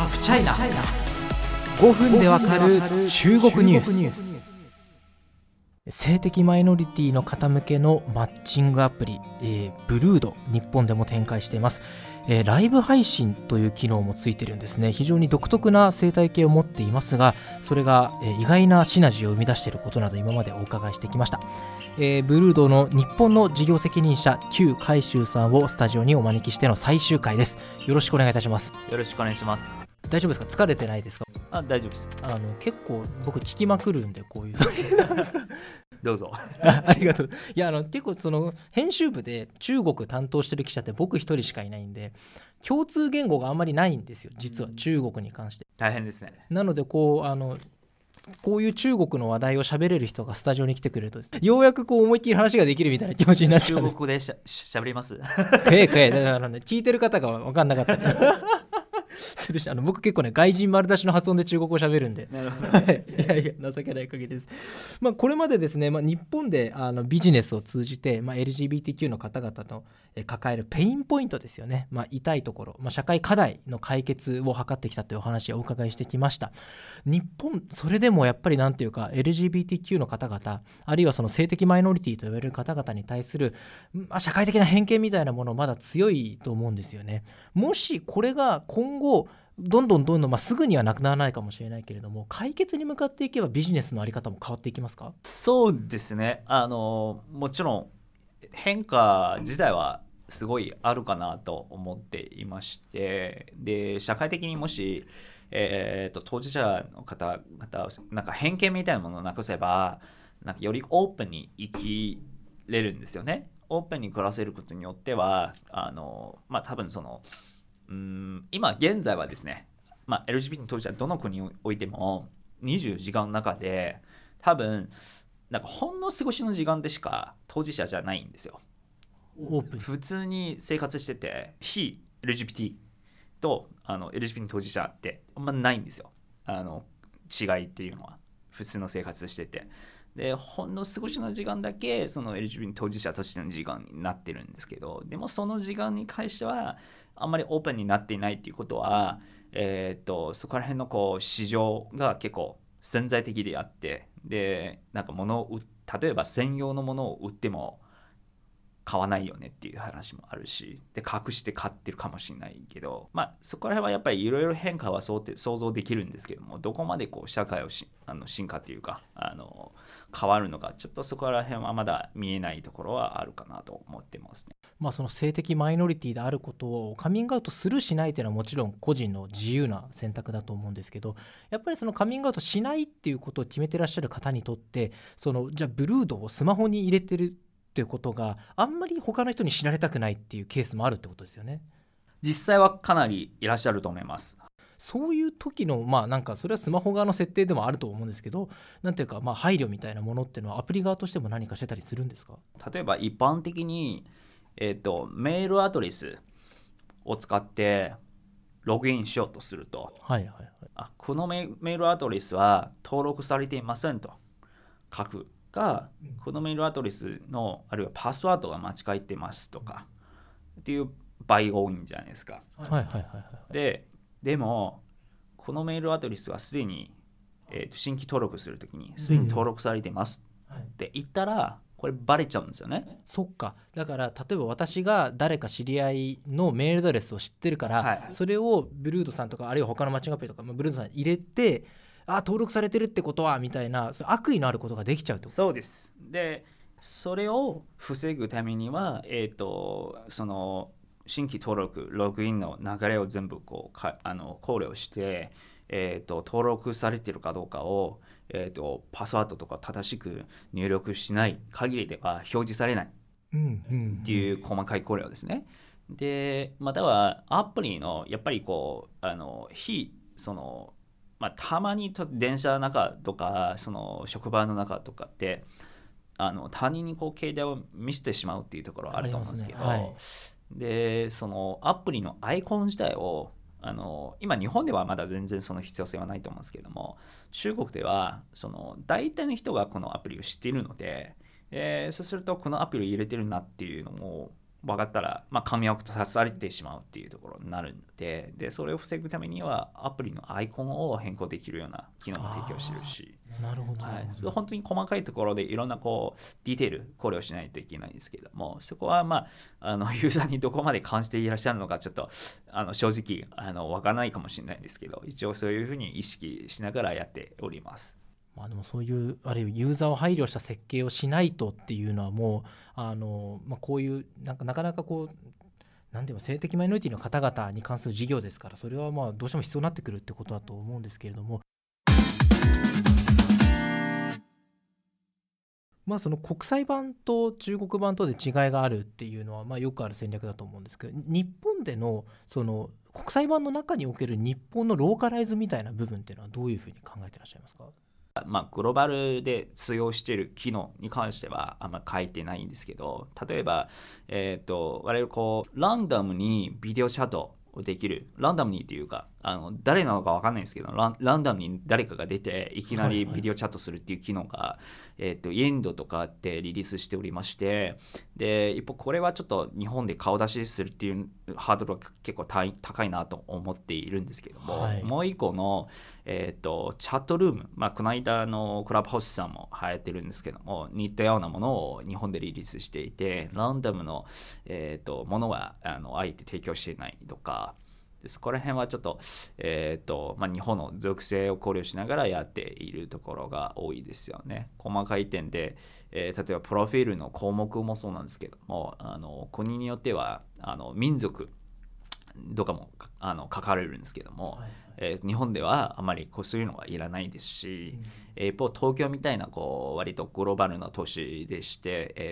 ハフチャイナ、5分でわかる中国ニュース。性的マイノリティの方向けのマッチングアプリ、ブルード、日本でも展開しています。ライブ配信という機能もついてるんですね。非常に独特な生態系を持っていますが、それが、意外なシナジーを生み出していることなど今までお伺いしてきました。ブルードの日本の事業責任者邱海舟さんをスタジオにお招きしての最終回です。よろしくお願いいたします。 よろしくお願いします。 大丈夫ですか？疲れてないですか？ 大丈夫です。 結構僕聞きまくるんで、こういうどうぞ。 ありがとう。いや、結構その編集部で中国担当してる記者って僕一人しかいないんで、共通言語があんまりないんですよ、実は中国に関して。 大変ですね。 なのでこういう中国の話題を喋れる人がスタジオに来てくれると、ようやくこう思いっきり話ができるみたいな気持ちになっちゃうんです。 中国語でしゃべります？ だからね、聞いてる方が分かんなかったねするし、僕結構ね、外人丸出しの発音で中国語を喋るんで、いや情けない限りです。これまでですね、日本でビジネスを通じて、LGBTQ の方々の抱えるペインポイントですよね、痛いところ、社会課題の解決を図ってきたというお話をお伺いしてきました。日本、それでもやっぱりなんていうか LGBTQ の方々、あるいはその性的マイノリティと言われる方々に対する、社会的な偏見みたいなものまだ強いと思うんですよね。もしこれが今後どんどん、すぐにはなくならないかもしれないけれども、解決に向かっていけばビジネスのあり方も変わっていきますか？ そうですね。もちろん変化自体はすごいあるかなと思っていまして、で社会的にもし、当事者の方々なんか偏見みたいなものをなくせば、なんかよりオープンに生きれるんですよね。オープンに暮らせることによっては多分その今現在はですね、LGBT 当事者どの国においても24時間の中で多分なんかほんの過ごしの時間でしか当事者じゃないんですよ。 オープン普通に生活してて非 LGBT とLGBT 当事者ってあんまないんですよ。違いっていうのは普通の生活してて、でほんの少しの時間だけその LGBT 当事者としての時間になってるんですけど、でもその時間に関してはあんまりオープンになっていないっていうことは、そこら辺のこう市場が結構潜在的であって、でなんか物を例えば専用のものを売っても買わないよねっていう話もあるし、で隠して買ってるかもしれないけど、そこら辺はやっぱりいろいろ変化は想像できるんですけども、どこまでこう社会を進化っていうか変わるのか、ちょっとそこら辺はまだ見えないところはあるかなと思ってますね。 その性的マイノリティであることをカミングアウトするしないというのはもちろん個人の自由な選択だと思うんですけど、やっぱりそのカミングアウトしないっていうことを決めてらっしゃる方にとって、じゃあブルードをスマホに入れてるっていうことがあんまり他の人に知られたくないっていうケースもあるってことですよね。 実際はかなりいらっしゃると思います。 そういう時のなんかそれはスマホ側の設定でもあると思うんですけど、なんていうか配慮みたいなものっていうのはアプリ側としても何かしてたりするんですか？ 例えば一般的に、メールアドレスを使ってログインしようとすると、このメールアドレスは登録されていませんと書くか、このメールアドレスのあるいはパスワードが間違えてますとかっていう場合が多いんじゃないですか。でもこのメールアドレスはすでに、新規登録するときにすでに登録されていますって言ったら、これバレちゃうんですよね。 そっか。だから例えば私が誰か知り合いのメールアドレスを知ってるから、それをブルードさんとかあるいは他のマッチングアプリとか、ブルードさんに入れて、登録されてるってことはみたいな、悪意のあることができちゃうってこと。 そうです。でそれを防ぐためには、その新規登録ログインの流れを全部考慮して、登録されているかどうかを、パスワードとか正しく入力しない限りでは表示されないっていう細かい考慮ですね。でまたはアプリのやっぱりこうたまに電車の中とかその職場の中とかって他人にこう携帯を見せてしまうっていうところはあると思うんですけど、でそのアプリのアイコン自体を今日本ではまだ全然その必要性はないと思うんですけども、中国ではその大体の人がこのアプリを知っているので、そうするとこのアプリを入れてるなっていうのも分かったら、紙を刺されてしまうっていうところになるので、それを防ぐためにはアプリのアイコンを変更できるような機能も提供してるし、 なるほど、 それ本当に細かいところでいろんなディテール考慮しないといけないんですけども、そこはユーザーにどこまで感じていらっしゃるのかちょっと正直分からないかもしれないですけど、一応そういうふうに意識しながらやっております。 でもそういうあるいはユーザーを配慮した設計をしないとっていうのはもうこういうなかなかなんでも性的マイノリティの方々に関する事業ですから、それはどうしても必要になってくるってことだと思うんですけれども、その国際版と中国版とで違いがあるっていうのはよくある戦略だと思うんですけど、日本でのその国際版の中における日本のローカライズみたいな部分っていうのはどういうふうに考えていらっしゃいますか？ グローバルで通用している機能に関してはあんま書いてないんですけど、例えば、我々ランダムにビデオチャットできる、ランダムにっていうか誰なのか分かんないんですけど、ランダムに誰かが出ていきなりビデオチャットするっていう機能が、インドとかってリリースしておりまして、で一方これはちょっと日本で顔出しするっていうハードルは結構高いなと思っているんですけども、もう一個の、チャットルーム、この間のクラブハウスさんも流行ってるんですけども、似たようなものを日本でリリースしていて、ランダムの、ものはあえて提供していないとか、そこら辺はちょっと、日本の属性を考慮しながらやっているところが多いですよね。細かい点で、例えばプロフィールの項目もそうなんですけども、国によっては民族とかも書かれるんですけども、日本ではあまりそういうのはいらないですし、一方東京みたいな割とグローバルな都市でして、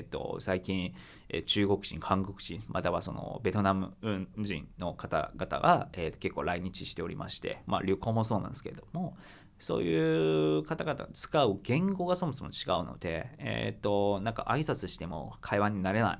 最近中国人、韓国人、またはそのベトナム人の方々が、結構来日しておりまして、旅行もそうなんですけれども、そういう方々が使う言語がそもそも違うので、なんか挨拶しても会話になれない、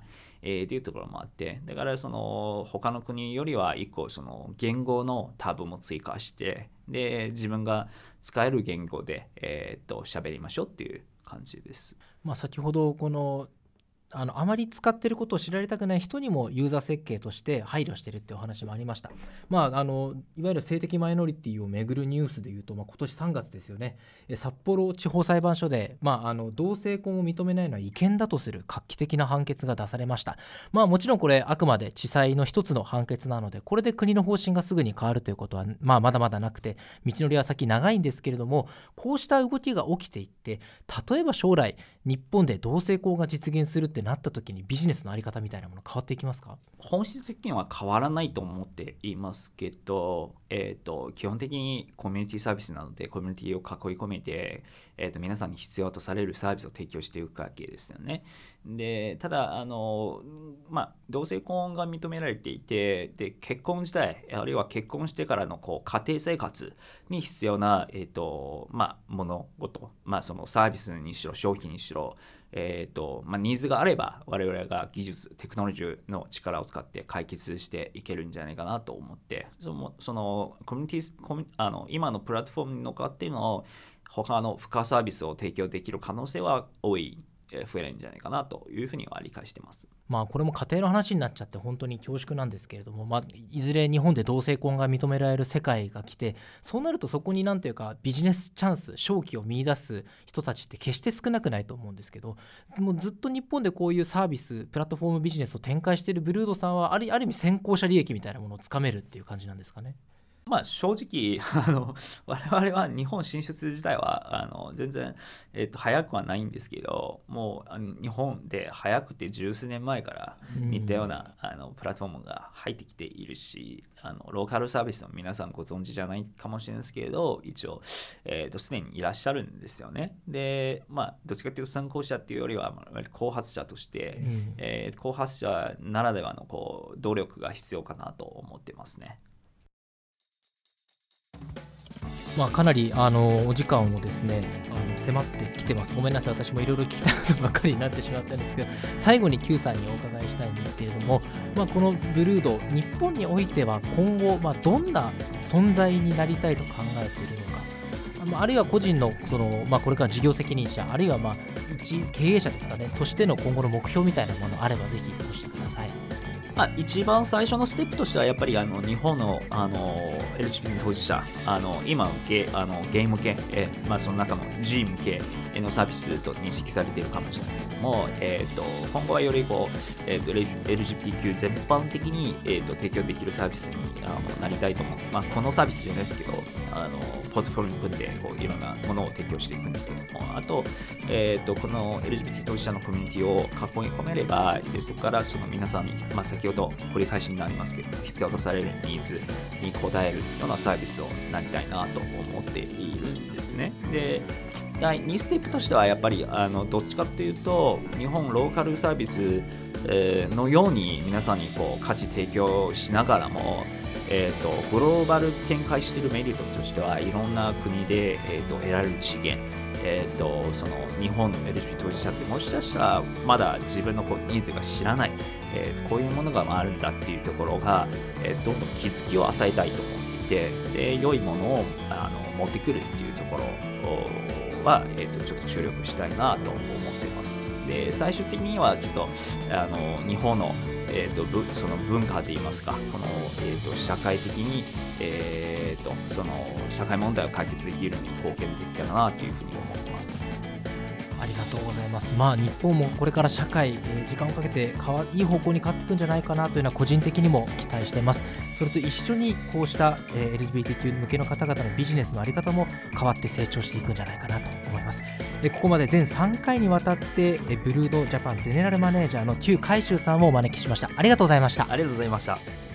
っていうところもあって、だからその他の国よりは一個その言語のタブも追加して、で自分が使える言語で喋りましょうっていう感じです。 先ほどあまり使っていることを知られたくない人にもユーザー設計として配慮しているっていうお話もありました。いわゆる性的マイノリティをめぐるニュースでいうと、今年3月ですよね、札幌地方裁判所で、同性婚を認めないのは違憲だとする画期的な判決が出されました。もちろんこれあくまで地裁の一つの判決なので、これで国の方針がすぐに変わるということは、まだまだなくて道のりは先長いんですけれども、こうした動きが起きていって、例えば将来日本で同性婚が実現するってなった時にビジネスの在り方みたいなもの変わっていきますか？ 本質的には変わらないと思っていますけど、基本的にコミュニティサービスなので、コミュニティを囲い込めて、皆さんに必要とされるサービスを提供していくわけですよね。でただ同性婚が認められていて、で結婚自体あるいは結婚してからの家庭生活に必要な、物事、そのサービスにしろ商品にしろ、ニーズがあれば我々が技術テクノロジーの力を使って解決していけるんじゃないかなと思って、そのコミュニティ今のプラットフォームに乗っかっているのを他の付加サービスを提供できる可能性は増えるんじゃないかなというふうには理解しています。 これも家庭の話になっちゃって本当に恐縮なんですけれども、いずれ日本で同性婚が認められる世界が来て、そうなるとそこになんていうかビジネスチャンス、商機を見出す人たちって決して少なくないと思うんですけど、もうずっと日本でこういうサービス、プラットフォームビジネスを展開しているブルードさんはある意味先行者利益みたいなものをつかめるっていう感じなんですかね？ 正直我々は日本進出自体は全然、早くはないんですけど、もう日本で早くて十数年前から似たようなプラットフォームが入ってきているし、ローカルサービスも皆さんご存知じゃないかもしれないですけれど、一応すでにいらっしゃるんですよね。でどっちかというと参考者っていうよりは後発者として、後発者ならではの努力が必要かなと思ってますね。 かなりお時間をですね迫ってきてます。ごめんなさい、私もいろいろ聞きたいことばっかりになってしまったんですけど、最後に Q さんにお伺いしたいんですけれども、このブルード、日本においては今後、どんな存在になりたいと考えているのか、あるいは個人のこれから事業責任者、あるいは一経営者ですかねとしての今後の目標みたいなものあればぜひ教えてください。 一番最初のステップとしてはやっぱり日本のLGBT 当事者今ゲーム系、その中の G 向けのサービスと認識されているかもしれないですけども、今後はよりLGBTQ 全般的に、提供できるサービスになりたいと思う、このサービスじゃないですけどポートフォリオに組んでいろんなものを提供していくんですけども、あと、この LGBT 当事者のコミュニティを囲い込めれば、そこからその皆さんに、先ほど繰り返しになりますけど必要とされるニーズに応えるようなサービスをなりたいなと思っているんですね。で第2ステップとしてはやっぱりどっちかっていうと日本ローカルサービスのように皆さんに価値提供しながらもグローバル展開しているメリットとしてはいろんな国で、得られる資源、その日本の LGBT 当事者ってもしかしたらまだ自分のニーズが知らない、こういうものがあるんだっていうところが、どんどん気づきを与えたいと思っていて、で良いものを持ってくるっていうところは、ちょっと注力したいなと思っています。で最終的にはちょっと日本のその文化で言いますか、この、社会的に、その社会問題を解決できるように貢献できたらなというふうに思っています。 ありがとうございます。日本もこれから社会、時間をかけていい方向に変わっていくんじゃないかなというのは個人的にも期待しています。それと一緒にこうした、LGBTQ 向けの方々のビジネスの在り方も変わって成長していくんじゃないかなと思います。でここまで全3回にわたってブルードジャパンゼネラルマネージャーの旧海舟さんをお招きしました。ありがとうございました。 ありがとうございました。